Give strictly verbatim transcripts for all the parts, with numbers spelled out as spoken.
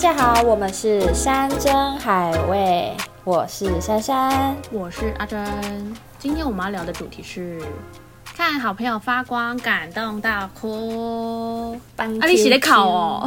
家好，我们是山珍海味，我是珊珊， 我是阿珍。今天我们要聊的主题是看好朋友发光，感动到哭。啊，你是在考哦？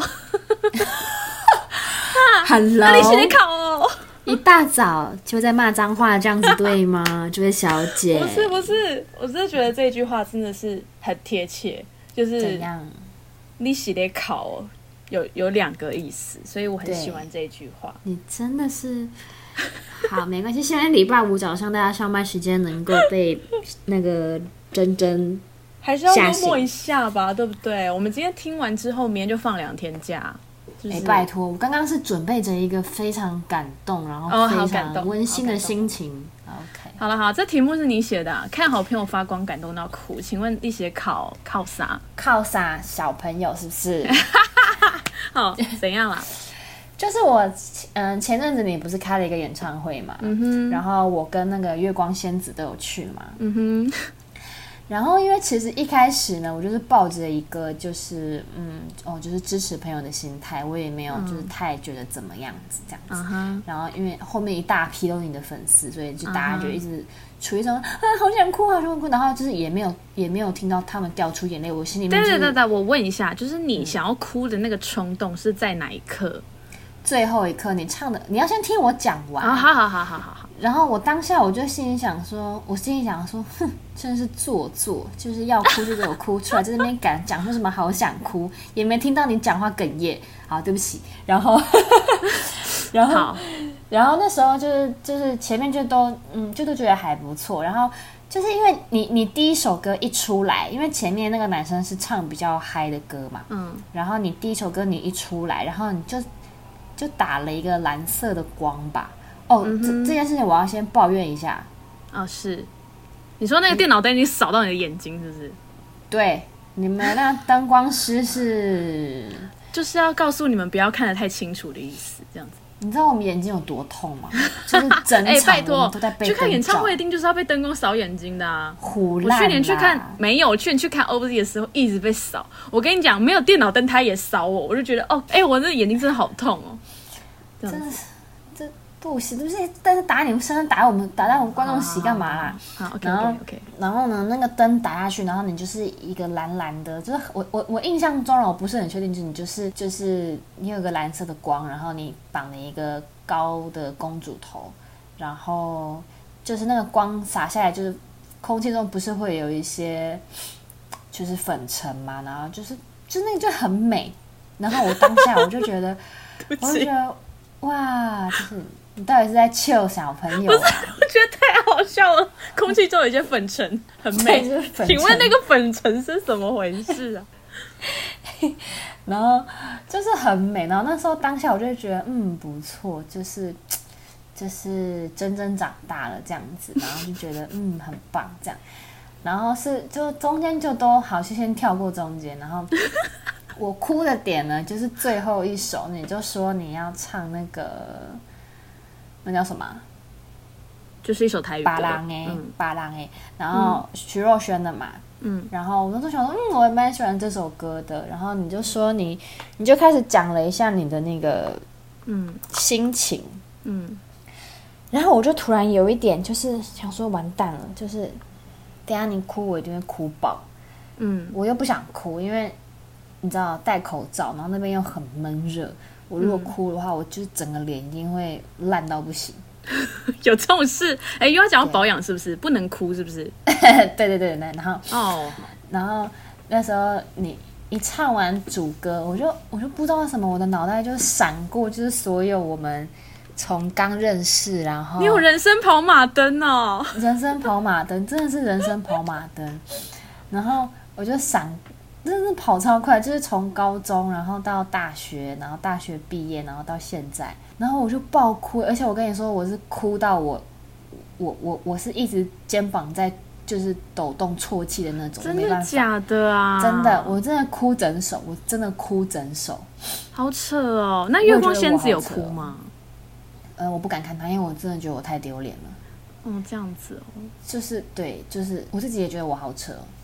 Hello， 啊，你是在考哦？ 一大早就在骂脏话，这样子对吗？这位小姐， 不是不是，我真的觉得这句话真的是很贴切，就是怎样？ 你是在考哦？有有两个意思，所以我很喜欢这一句话。 你真的是好，没关系。现在礼拜五早上大家上班时间能够被那个珍珍还是要幽默一下吧，对不对？我们今天听完之后，明天就放两天假。哎、 就是欸，拜托，我刚刚是准备着一个非常感动，然后非常温馨的心情。哦、OK， 好了好，这题目是你写的、啊，看好朋友发光，感动到哭。请问你写考靠啥？ 靠啥？小朋友是不是？ 好，怎样啦？ 就是我，嗯，前阵子你不是开了一个演唱会嘛？嗯哼。然后我跟那个月光仙子都有去嘛。嗯哼。然后，因为其实一开始呢，我就是抱着一个就是嗯哦，就是支持朋友的心态，我也没有就是太觉得怎么样子这样子。嗯、然后，因为后面一大批都是你的粉丝，所以就大家就一直处于一种、嗯、啊好想哭好想哭，然后就是也没有也没有听到他们掉出眼泪，我心里面、就是、 对对对对，我问一下，就是你想要哭的那个冲动是在哪一刻？ 最后一刻，你唱的，你要先听我讲完。 哦，好好好好好好。 然后我当下我就心里想说，我心里想说，哼，真是做作，就是要哭就给我哭出来，在那边敢讲出什么好想哭，也没听到你讲话哽咽。好，对不起。然后，然后，然后那时候就是就是前面就都嗯就都觉得还不错，然后就是因为你你第一首歌一出来，因为前面那个男生是唱比较嗨的歌嘛，嗯，然后你第一首歌你一出来，然后你就就打了一个蓝色的光吧。哦、嗯，这这件事情我要先抱怨一下。 哦，是，你说那个电脑灯已经扫到你的眼睛，是不是？ 对，你们那灯光师是， 就是要告诉你们不要看得太清楚的意思，这样子。 你知道我们眼睛有多痛吗？就是整场我们都在被灯照。 去看演唱会一定就是要被灯光扫眼睛的啊！ 唬烂啦！ 我去年去看没有，我去年去看 O Z 的时候一直被扫。我跟你讲，没有电脑灯它也扫我，我就觉得哦，哎、欸，我这眼睛真的好痛哦。 这样子。这不行，不是，但是打你们身上打我们，打在我们观众席干嘛啦？ 好 ，OK OK OK。 然后呢，那个灯打下去，然后你就是一个蓝蓝的，就是我我我印象中了，我不是很确定，就是你就是就是你有个蓝色的光，然后你绑了一个高的公主头，然后就是那个光洒下来，就是空气中不是会有一些就是粉尘嘛，然后就是就那个就很美，然后我当下我就觉得，我就觉得。哇，就是你到底是在chill小朋友、啊？ 不是，我觉得太好笑了。空气中有一些粉尘，很美。请问那个粉尘是怎么回事啊？ 然后就是很美，然后那时候当下我就觉得，嗯，不错，就是就是真正长大了这样子，然后就觉得嗯很棒这样。然后是就中间就都好，就先跳过中间，然后。我哭的点呢，就是最后一首，你就说你要唱那个，那叫什么？ 就是一首台语歌。 巴郎哎，巴郎哎，然后徐若瑄的嘛，嗯，然后我那时候想说，嗯，我也蛮喜欢这首歌的。然后你就说你，你就开始讲了一下你的那个，嗯，心情，嗯，然后我就突然有一点就是想说，完蛋了，就是等一下你哭，我一定会哭爆，嗯，我又不想哭，因为。你知道戴口罩，然后那边又很闷热。我如果哭的话，嗯、我就整个脸一定会烂到不行。 有这种事？哎、欸，又要讲到保养是不是？不能哭是不是？ 对对对对，然后哦， 然后那时候你一唱完主歌，我就我就不知道为什么我的脑袋就闪过，就是所有我们从刚认识，然后你有人生跑马灯哦， 人生跑马灯真的是人生跑马灯，然后我就闪。真的是跑超快，就是从高中，然后到大学，然后大学毕业，然后到现在，然后我就爆哭，而且我跟你说，我是哭到我，我我我是一直肩膀在就是抖动啜泣的那种， 真的假的啊？ 真的，我真的哭整首，我真的哭整首， 好扯哦。那月光仙子有哭吗？ 呃，我不敢看他，因为我真的觉得我太丢脸了。 哦，这样子哦， 就是对，就是我自己也觉得我好扯哦。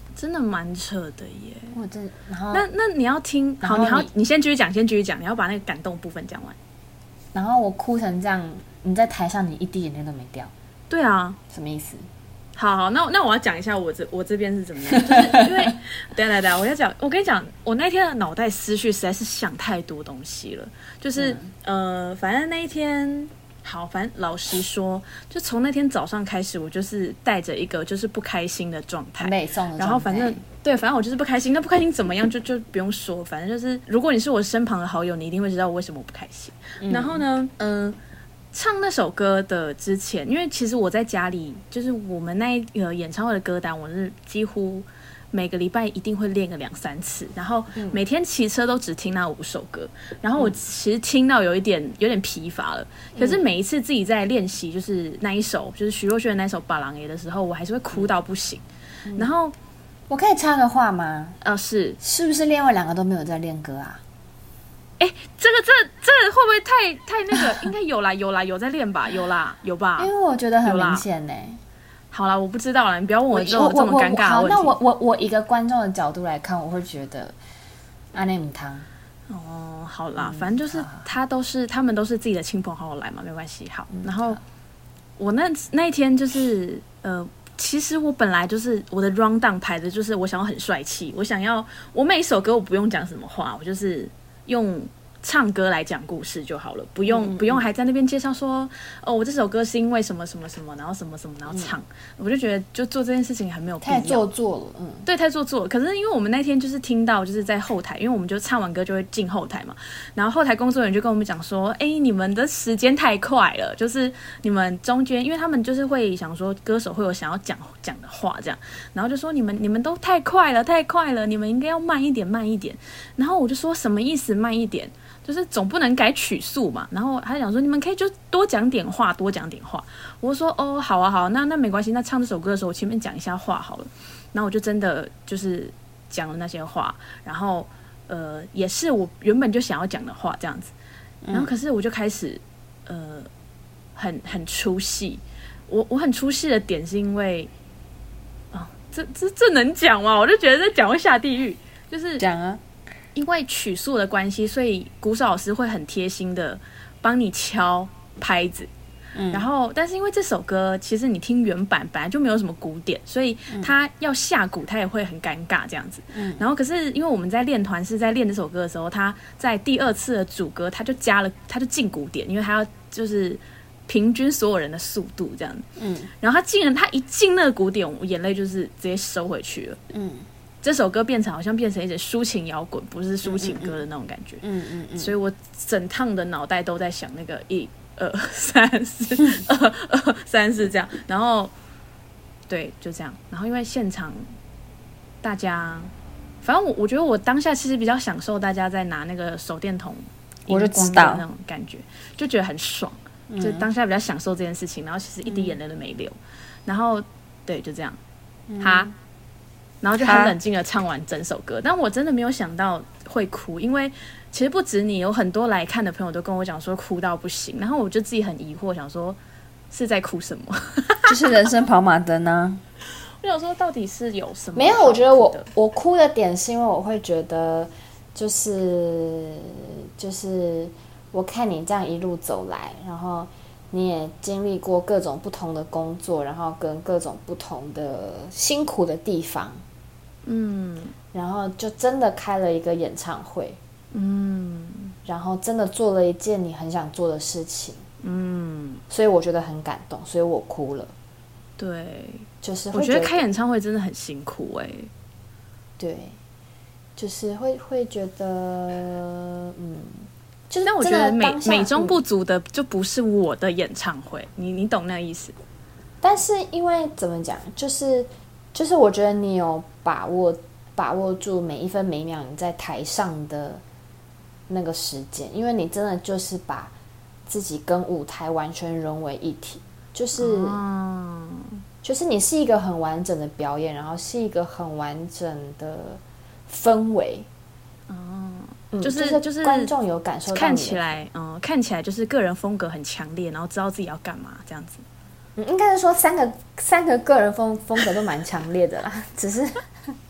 真的蛮扯的耶。 我真然后那那你要听好，你好，你先继续讲，先继续讲，你要把那个感动部分讲完。 然后我哭成这样，你在台上你一滴眼泪都没掉。 对啊， 什么意思？ 好好，那那我要讲一下我这我这边是怎么样，就是因为等一下等一下，我要讲，我跟你讲，我那天的脑袋思绪实在是想太多东西了，就是、嗯、呃，反正那一天。好，反正老实说，就从那天早上开始，我就是带着一个就是不开心的状态，然后反正对，反正我就是不开心。那不开心怎么样，就就不用说，反正就是如果你是我身旁的好友，你一定会知道我为什么我不开心。嗯、然后呢，嗯、呃，唱那首歌的之前，因为其实我在家里，就是我们那一个演唱会的歌单，我是几乎。每个礼拜一定会练个两三次，然后每天骑车都只听那五首歌，然后我其实听到有一点有点疲乏了。可是每一次自己在练习，就是那一首，就是徐若瑄的那首《巴郎耶》的时候，我还是会哭到不行。嗯、然后我可以插个话吗？ 呃，是是不是另外两个都没有在练歌啊？ 哎，这个这这个会不会太太那个？应该有啦有啦有在练吧，有啦有吧？ 因为我觉得很明显呢、欸。 好啦，我不知道啦，你不要问我这种这么尴尬的问题。 好，那我我我一个观众的角度来看，我会觉得安内姆汤。 哦，好啦，嗯、反正就是他都是他们都是自己的亲朋好友来嘛，没关系。好，嗯、然后我那那一天就是呃，其实我本来就是我的 round down 排的就是我想要很帅气，我想要我每一首歌我不用讲什么话，我就是用。唱歌来讲故事就好了，不用、嗯、不用还在那边介绍说哦，我这首歌是因为什么什么什么，然后什么什么，然后唱，嗯、我就觉得就做这件事情还没有必要， 太做作了，嗯， 对，太做作了。可是因为我们那天就是听到就是在后台，因为我们就唱完歌就会进后台嘛，然后后台工作人员就跟我们讲说，哎，你们的时间太快了，就是你们中间，因为他们就是会想说歌手会有想要讲讲的话这样，然后就说你们你们都太快了，太快了，你们应该要慢一点，慢一点。然后我就说什么意思，慢一点？就是总不能改曲速嘛，然后他讲说你们可以就多讲点话，多讲点话。我说哦，好啊，好啊，那那没关系。那唱这首歌的时候，我前面讲一下话好了。然后我就真的就是讲了那些话，然后呃，也是我原本就想要讲的话这样子。然后可是我就开始呃，很很出戏。我我很出戏的点是因为啊，这这这能讲吗？我就觉得这讲会下地狱，就是讲啊。 因为曲速的关系，所以鼓手老师会很贴心的帮你敲拍子，嗯、然后但是因为这首歌其实你听原版本来就没有什么鼓点，所以他要下鼓他也会很尴尬这样子。嗯、然后可是因为我们在练团是在练这首歌的时候，他在第二次的主歌他就加了他就进鼓点，因为他要就是平均所有人的速度这样子。嗯，然后他进了他一进那个鼓点，我眼泪就是直接收回去了。嗯。这首歌变成好像变成一种抒情摇滚，不是抒情歌的那种感觉。嗯嗯 嗯, 嗯，所以我整趟的脑袋都在想那个一二三四二二三四这样，然后对就这样，然后因为现场大家，反正我我觉得我当下其实比较享受大家在拿那个手电筒我就知道那种感觉，就觉得很爽，嗯、就当下比较享受这件事情，然后其实一滴眼泪都没流，嗯、然后对就这样，嗯、哈。然后就很冷静的唱完整首歌，但我真的没有想到会哭，因为其实不止你，有很多来看的朋友都跟我讲说哭到不行，然后我就自己很疑惑，想说是在哭什么？ 就是人生跑马灯啊！ 我想说到底是有什么？ 没有，我觉得我我哭的点是因为我会觉得，就是就是我看你这样一路走来，然后你也经历过各种不同的工作，然后跟各种不同的辛苦的地方。嗯，然后就真的开了一个演唱会，嗯，然后真的做了一件你很想做的事情，嗯，所以我觉得很感动，所以我哭了。 对， 就是会觉得我觉得开演唱会真的很辛苦哎、欸。 对，就是会会觉得，嗯，就是但我觉得美美中不足的就不是我的演唱会，嗯、你你懂那个意思？ 但是因为怎么讲，就是就是我觉得你有把握把握住每一分每一秒你在台上的那个时间，因为你真的就是把自己跟舞台完全融为一体，就是、嗯、就是你是一个很完整的表演，然后是一个很完整的氛围。嗯， 就是就是观众有感受到看起来，嗯，看起来就是个人风格很强烈，然后知道自己要干嘛这样子。 嗯，应该是说三个三个个人风风格都蛮强烈的啦，只是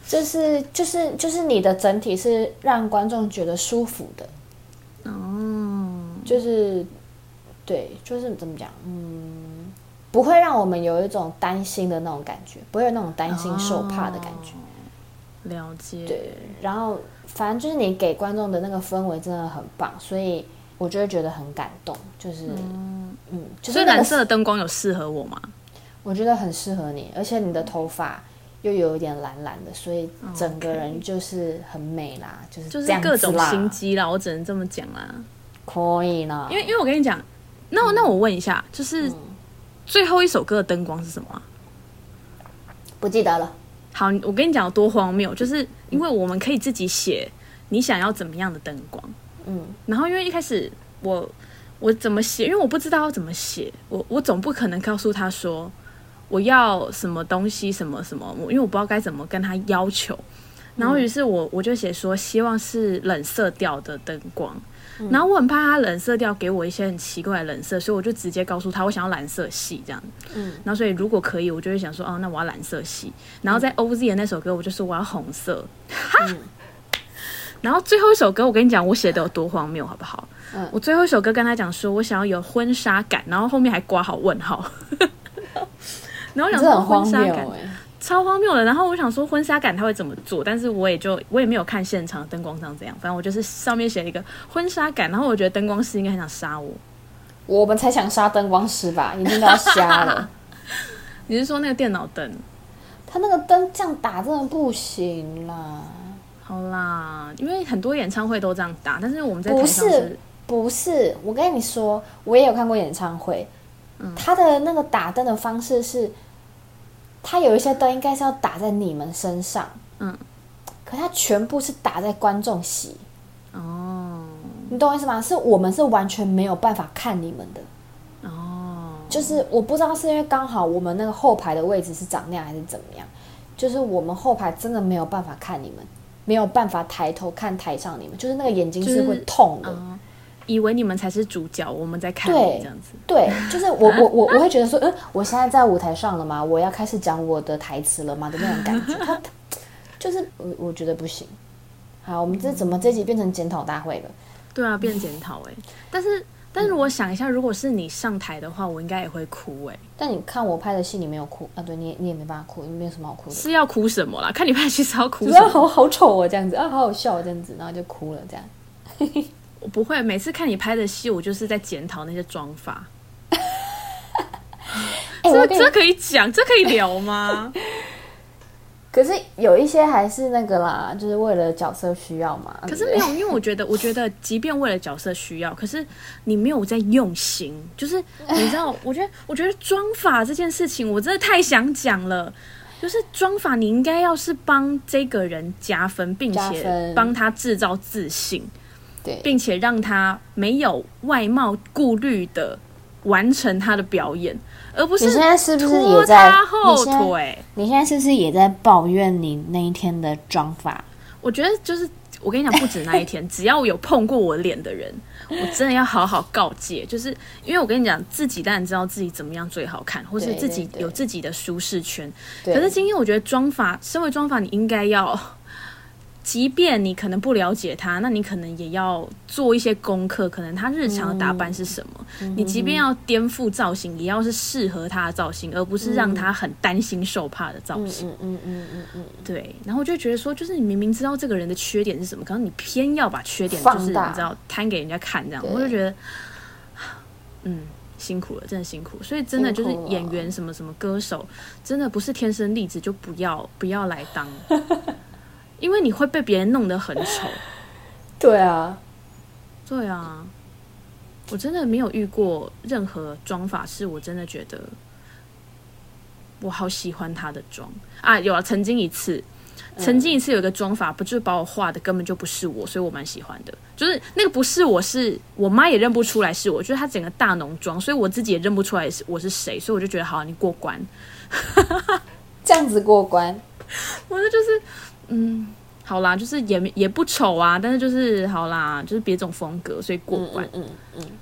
就是就是就是你的整体是让观众觉得舒服的。 哦， 就是对，就是怎么讲，嗯，不会让我们有一种担心的那种感觉，不会有那种担心受怕的感觉。 哦、了解。 对，然后反正就是你给观众的那个氛围真的很棒，所以我就会觉得很感动。就是嗯, 嗯，就是、 那個、所以蓝色的灯光有适合我吗？ 我觉得很适合你，而且你的头发又有一点蓝蓝的，所以整个人就是很美啦，就是这样子啦， 就是各种心机啦，我只能这么讲啦。 可以啦， 因为因为我跟你讲，那、嗯、那我问一下，就是最后一首歌的灯光是什么、啊？ 不记得了。 好，我跟你讲有多荒谬，就是因为我们可以自己写你想要怎么样的灯光，嗯，然后因为一开始我我怎么写，因为我不知道要怎么写，我我总不可能告诉他说我要什么东西什么什么，因为我不知道该怎么跟他要求，然后于是我我就写说希望是冷色调的灯光。然后我很怕他冷色调给我一些很奇怪的冷色，所以我就直接告诉他我想要蓝色系这样。嗯，然后所以如果可以，我就会想说，哦，那我要蓝色系。然后在 O Z 的那首歌，我就说我要红色。哈、嗯，然后最后一首歌，我跟你讲，我写的有多荒谬，好不好？嗯，我最后一首歌跟他讲说，我想要有婚纱感，然后后面还括好问号。然后我想说婚纱感。超荒谬的，然后我想说婚纱感他会怎么做，但是我也就我也没有看现场灯光上怎样，反正我就是上面写了一个婚纱感，然后我觉得灯光师应该很想杀我， 我们才想杀灯光师吧，已经都要瞎了。 你是说那个电脑灯？ 他那个灯这样打真的不行啦。 好啦，因为很多演唱会都这样打，但是我们在台上是不是不是，我跟你说，我也有看过演唱会，嗯、他的那个打灯的方式是。它有一些灯应该是要打在你们身上，嗯，可它全部是打在观众席，哦，你懂我意思吗？是我们是完全没有办法看你们的，哦，就是我不知道是因为刚好我们那个后排的位置是长那样还是怎么样，就是我们后排真的没有办法看你们，没有办法抬头看台上你们，就是那个眼睛是会痛的。就是以为你们才是主角，我们在看你这样子。 对，就是我我我我会觉得说，嗯，我现在在舞台上了吗？我要开始讲我的台词了吗？的那种感觉，他就是我我觉得不行。好，我们这怎么这集变成检讨大会了？ 对啊，变检讨哎。但是但是我想一下，如果是你上台的话，我应该也会哭哎。 但你看我拍的戏，你没有哭啊？对，你也你也没办法哭，你没有什么好哭的。 是要哭什么啦？看你拍戏是要哭什么？ 好好丑哦，这样子啊，好好笑这样子，然后就哭了这样。 我不会，每次看你拍的戏，我就是在检讨那些妆法。欸、这这可以讲，这可以聊吗？ 可是有一些还是那个啦，就是为了角色需要嘛。 可是没有，因为我觉得，我觉得，即便为了角色需要，可是你没有在用心。就是你知道，我觉得，我觉得妆法这件事情，我真的太想讲了。就是妆法，你应该要是帮这个人加分，并且帮他制造自信。 对， 并且让他没有外貌顾虑的完成他的表演，而不是拖他后腿。 你现在是不是也在抱怨你那一天的妆法？ 我觉得就是我跟你讲，不止那一天，只要有碰过我脸的人，我真的要好好告诫。就是因为我跟你讲，自己当然知道自己怎么样最好看，或是自己有自己的舒适圈。可是今天我觉得妆法，身为妆法，你应该要。即便你可能不了解他，那你可能也要做一些功课，可能他日常的打扮是什么、嗯、你即便要颠覆造型，也要是适合他的造型，而不是让他很担心受怕的造型。嗯嗯嗯嗯对。然后我就觉得说，就是你明明知道这个人的缺点是什么，可是你偏要把缺点就是你知道摊给人家看，这样我就觉得嗯辛苦了，真的辛苦。所以真的就是演员什么什么歌手，真的不是天生丽质就不要不要来当因为你会被别人弄得很丑。 对啊， 对啊，我真的没有遇过任何妆法是我真的觉得我好喜欢他的妆啊。有啊，曾经一次，曾经一次有一个妆法，不就是把我画的根本就不是我，所以我蛮喜欢的。就是那个不是我是我妈也认不出来是我，就是他整个大浓妆，所以我自己也认不出来我是谁，所以我就觉得好，你过关。 这样子过关， 我这就是嗯。好啦，就是也也不丑啊，但是就是好啦，就是别种风格，所以过关。嗯嗯嗯。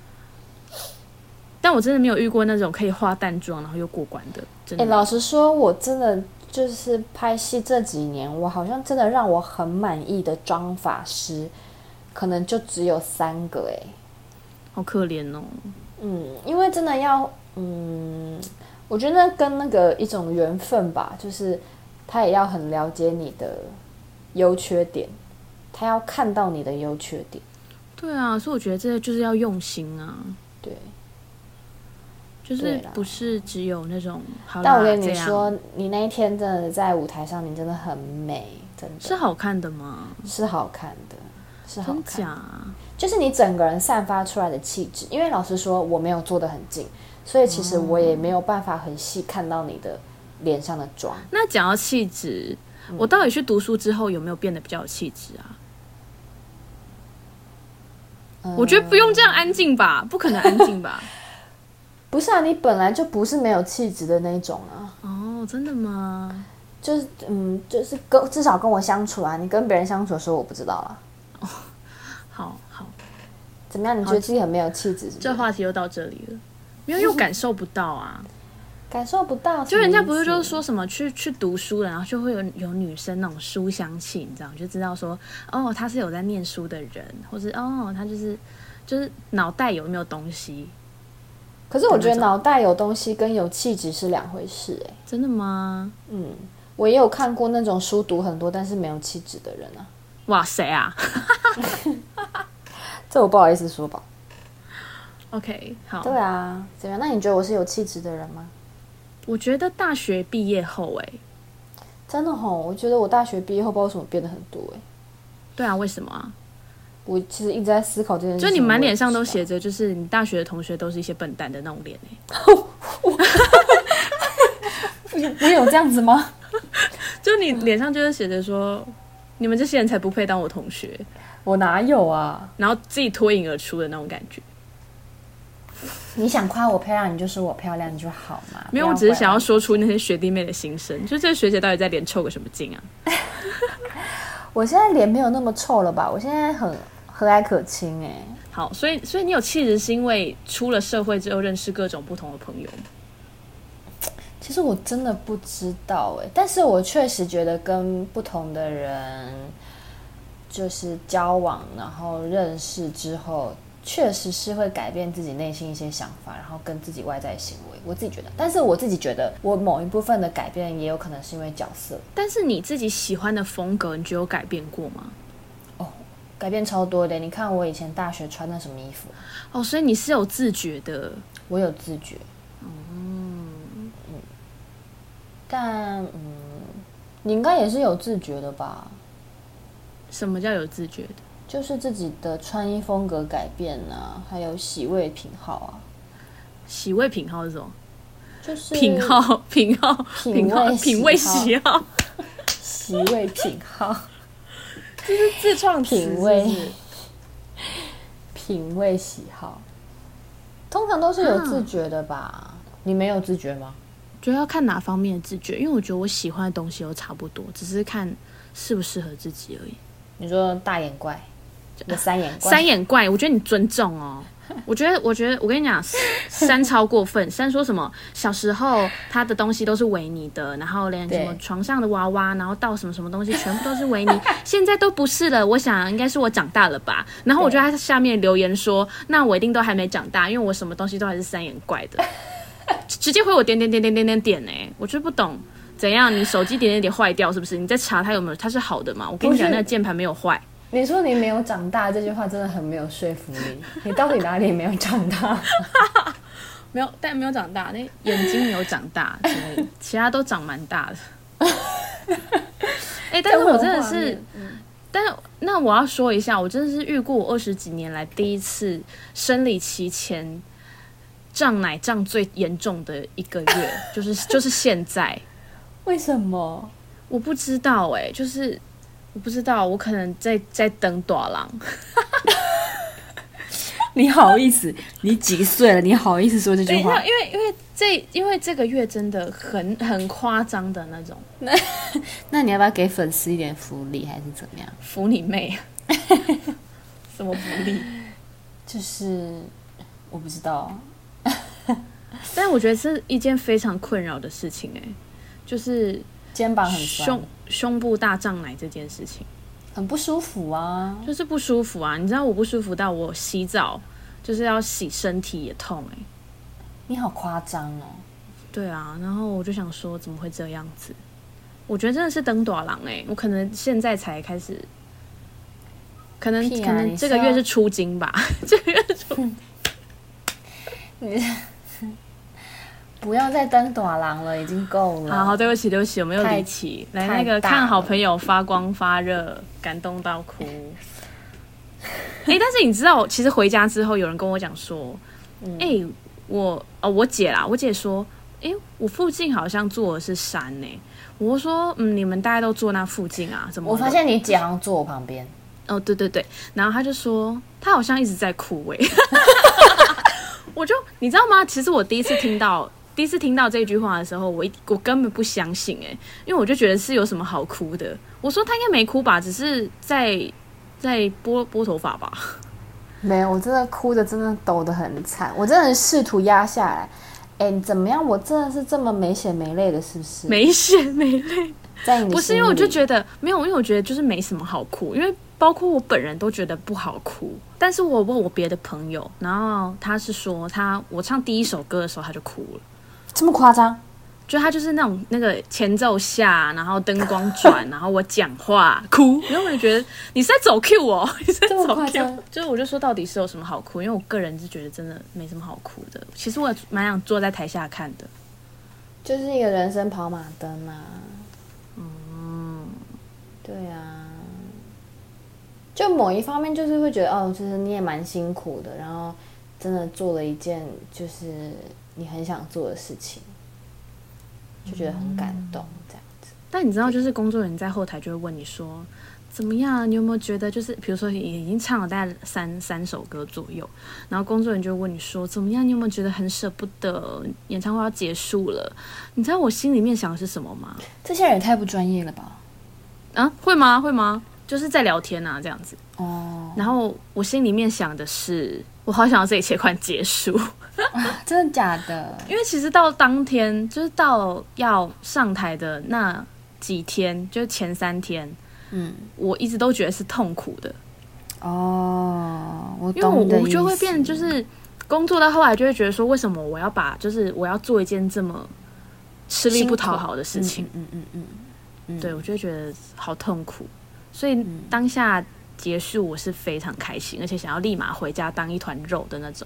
但我真的没有遇过那种可以化淡妆然后又过关的。真的。 欸，老实说，我真的就是拍戏这几年，我好像真的让我很满意的妆发师，可能就只有三个哎、欸， 好可怜哦。 嗯，因为真的要，嗯，我觉得跟那个一种缘分吧，就是他也要很了解你的优缺点，他要看到你的优缺点。 对啊，所以我觉得这就是要用心啊。 对。 就是不是只有那种， 但我跟你说，你那一天真的在舞台上，你真的很美，真的是好看的吗？ 是好看的，是好看的。 真假？ 就是你整个人散发出来的气质。因为老实说，我没有坐得很近，所以其实我也没有办法很细看到你的脸上的妆。 那讲到气质，嗯、我到底去读书之后有没有变得比较有气质啊？嗯、我觉得不用这样安静吧，不可能安静吧。 不是啊，你本来就不是没有气质的那种啊。 哦，真的吗？ 就是嗯，就是跟至少跟我相处啊，你跟别人相处的时候我不知道啦。 哦，好好， 怎么样？你觉得自己很没有气质？ 这话题又到这里了，因为又感受不到啊， 感受不到。 就人家不是就是说什么去去读书了，然后就会有有女生那种书香气，你知道，就知道说哦，他是有在念书的人，或是哦，他就是就是脑袋有没有东西。 可是我觉得脑袋有东西跟有气质是两回事哎、欸。 真的吗？ 嗯，我也有看过那种书读很多但是没有气质的人啊。 哇，谁啊？ 这我不好意思说吧。 OK， 好。 对啊，怎么样？那你觉得我是有气质的人吗？ 我觉得大学毕业后、欸，哎， 真的吼，我觉得我大学毕业后不知道为什么变得很多哎、欸。 对啊，为什么啊？ 我其实一直在思考这件事情。 就你满脸上都写着，就是你大学的同学都是一些笨蛋的那种脸哎、 欸。我有这样子吗？ 就你脸上就是写着说，你们这些人才不配当我同学。 我哪有啊？ 然后自己脱颖而出的那种感觉。 你想夸我漂亮，你就说我漂亮就好嘛。 没有，我只是想要说出那些学弟妹的心声。就这个学姐到底在脸臭个什么劲啊？ 我现在脸没有那么臭了吧？我现在很和蔼可亲哎、欸。 好，所以所以你有气质是因为出了社会之后认识各种不同的朋友吗？ 其实我真的不知道哎、欸，但是我确实觉得跟不同的人就是交往，然后认识之后，确实是会改变自己内心一些想法，然后跟自己外在行为。我自己觉得，但是我自己觉得，我某一部分的改变也有可能是因为角色。 但是你自己喜欢的风格，你觉得有改变过吗？ 哦，改变超多的。你看我以前大学穿的什么衣服？ 哦，所以你是有自觉的。 我有自觉。嗯嗯，但嗯，你应该也是有自觉的吧？ 什么叫有自觉的？ 就是自己的穿衣风格改变啊，还有喜味品号啊。 喜味品号是什么？ 就是品号、品号、 品味、 品味喜好、 喜味品号， 这是自创品味、品味喜好，通常都是有自觉的吧？啊、你没有自觉吗？ 觉得要看哪方面的自觉，因为我觉得我喜欢的东西都差不多，只是看适不适合自己而已。 你说大眼怪，有三眼怪， 三眼怪，我觉得你尊重哦。我觉得，我觉得，我跟你讲，山超过分。山说什么？小时候他的东西都是维尼的，然后连什么床上的娃娃，然后到什么什么东西，全部都是维尼。现在都不是了。我想应该是我长大了吧。然后我就在他下面留言说：“那我一定都还没长大，因为我什么东西都还是三眼怪的。”直接回我点点点点点点点哎、欸，我就不懂怎样，你手机点点点坏掉是不是？你在查它有没有？它是好的吗？我跟你讲，那个键盘没有坏。 你说你没有长大这句话真的很没有说服力。你到底哪里没有长大？ 没有，但没有长大，那眼睛没有长大之类的，其他都长蛮大的。哎、欸，但是我真的是，嗯、但是那我要说一下，我真的是遇过我二十几年来第一次生理期前胀奶胀最严重的一个月，就是就是现在。 为什么？ 我不知道哎、欸，就是。我不知道，我可能在在等大郎。 你好意思？你几岁了？你好意思说这句话？ 因为因为这因为这个月真的很很夸张的那种。 那那你要不要给粉丝一点福利，还是怎么样？ 福你妹！什么福利？ 就是我不知道。 但我觉得是一件非常困扰的事情哎、欸，就是。 肩膀很酸， 胸胸部大胀奶这件事情， 很不舒服啊， 就是不舒服啊。你知道我不舒服到我洗澡就是要洗身体也痛哎、欸。 你好夸张哦。 对啊，然后我就想说怎么会这样子？我觉得真的是登大郎哎，我可能现在才开始，可能、 啊、 可能这个月是出经吧，这个月出。 你不要再登大郎了，已经够了。 好好，对不起，对不起，我没有离题。来，那个看好朋友发光发热，感动到哭。哎、欸，但是你知道，其实回家之后，有人跟我讲说，哎、嗯欸，我哦，我姐啦，我姐说，哎、欸，我附近好像坐的是山呢、欸。我说，嗯，你们大家都坐那附近啊？怎么？ 我发现你姐好像坐我旁边。 哦，对对对，然后他就说，他好像一直在哭哎、欸。我就你知道吗？其实我第一次听到。第一次听到这句话的时候，我一我根本不相信哎、欸，因为我就觉得是有什么好哭的。我说他应该没哭吧，只是在在拨拨头发吧。 没有，我真的哭的真的抖得很惨，我真的试图压下来。哎，你怎么样？我真的是这么没血没泪的，是不是？ 没血没泪， 在你不是因为我就觉得没有，因为我觉得就是没什么好哭，因为包括我本人都觉得不好哭。但是我问我别的朋友，然后他是说他我唱第一首歌的时候他就哭了。 这么夸张？ 就他就是那种那个前奏下，然后灯光转，然后我讲话哭，然后我就觉得你是在走 Q 哦，你是在走 Q。就是我就说到底是有什么好哭？因为我个人是觉得真的没什么好哭的。其实我蛮想坐在台下看的， 就是一个人生跑马灯啊。嗯，对啊。就某一方面就是会觉得哦，就是你也蛮辛苦的，然后真的做了一件就是你很想做的事情，就觉得很感动这样子。 但你知道，就是工作人员在后台就会问你说，怎么样？你有没有觉得就是，比如说已经唱了大概三三首歌左右，然后工作人员就会问你说，怎么样？你有没有觉得很舍不得演唱会要结束了？你知道我心里面想的是什么吗？ 这些人也太不专业了吧？ 啊，会吗？会吗？就是在聊天啊，这样子。 哦。 然后我心里面想的是，我好想要这一切快结束。 啊，真的假的？ 因为其实到当天，就是到要上台的那几天，就是前三天，嗯，我一直都觉得是痛苦的。 哦，我懂你的意思。 因为我我就会变，就是工作到后来就会觉得说，为什么我要把，就是我要做一件这么吃力不讨好的事情？ 嗯嗯嗯嗯， 对，我就会觉得好痛苦。所以当下结束，我是非常开心，而且想要立马回家当一团肉的那种。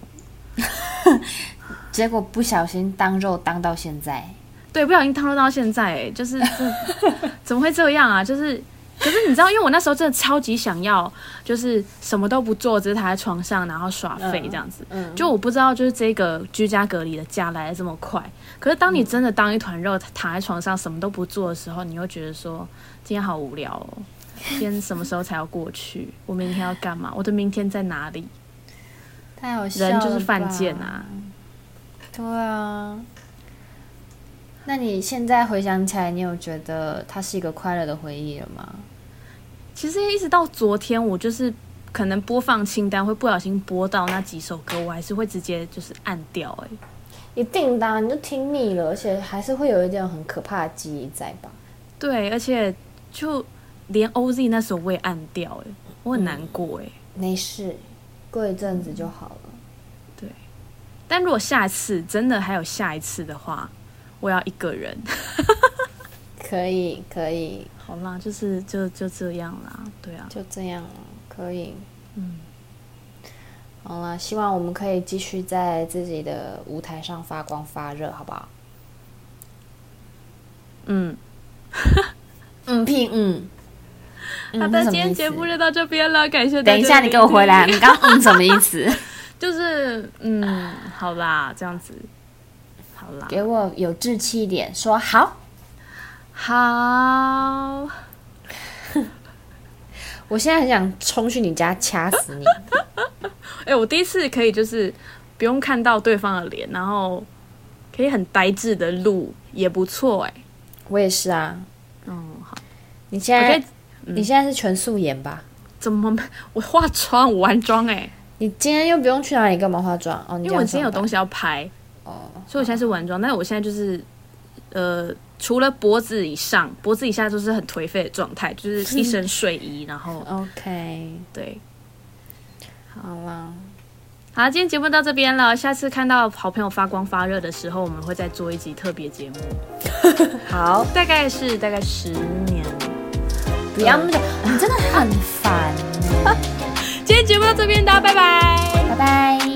结果不小心当肉当到现在， 对，不小心当肉到现在、欸，就是怎么会这样啊？就是，可是你知道，因为我那时候真的超级想要，就是什么都不做，只是躺在床上，然后耍废这样子。嗯，就我不知道，就是这个居家隔离的假来得这么快。可是当你真的当一团肉躺在床上什么都不做的时候，你会觉得说，今天好无聊哦，今天什么时候才要过去？我明天要干嘛？我的明天在哪里？ 太好笑了吧， 人就是犯贱啊！ 对啊，那你现在回想起来，你有觉得它是一个快乐的回忆了吗？ 其实一直到昨天，我就是可能播放清单会不小心播到那几首歌，我还是会直接就是按掉、欸。哎， 一定的、啊，你就听腻了，而且还是会有一点很可怕的记忆在吧？ 对，而且就连 O Z 那首我也按掉、欸，哎，我很难过、欸，哎、 嗯，没事。过一阵子就好了。 对，但如果下一次真的还有下一次的话，我要一个人。 可以，可以。 好啦，就是就就这样啦，对啊， 就这样了，可以。 嗯， 好啦，希望我们可以继续在自己的舞台上发光发热，好不好？ 嗯， 嗯屁嗯。 好的，今天节目就到这边了，感谢大家。 等一下，你给我回来，你刚嗯什么意思？ 就是嗯，好啦，这样子，好啦， 给我有志气一点，说好， 好。 我现在很想冲去你家掐死你。 哎、欸，我第一次可以就是不用看到对方的脸，然后可以很呆滞的录，也不错哎、欸。 我也是啊。 嗯，好。 你现在。你现在是全素颜吧？ 怎么？我化妆，我完妆哎、欸！ 你今天又不用去哪里，干嘛化妆？哦，你因为我今天有东西要拍，哦，所以我现在是完妆。但是我现在就是，呃， 除了脖子以上，脖子以下都是很颓废的状态，就是一身睡衣，然后 OK， 对， 好了。 好，今天节目到这边了。下次看到好朋友发光发热的时候，我们会再做一集特别节目。 好， 大概是大概十年。 不要那么久，你真的很烦。 今天节目到这边，大家拜拜， 拜拜。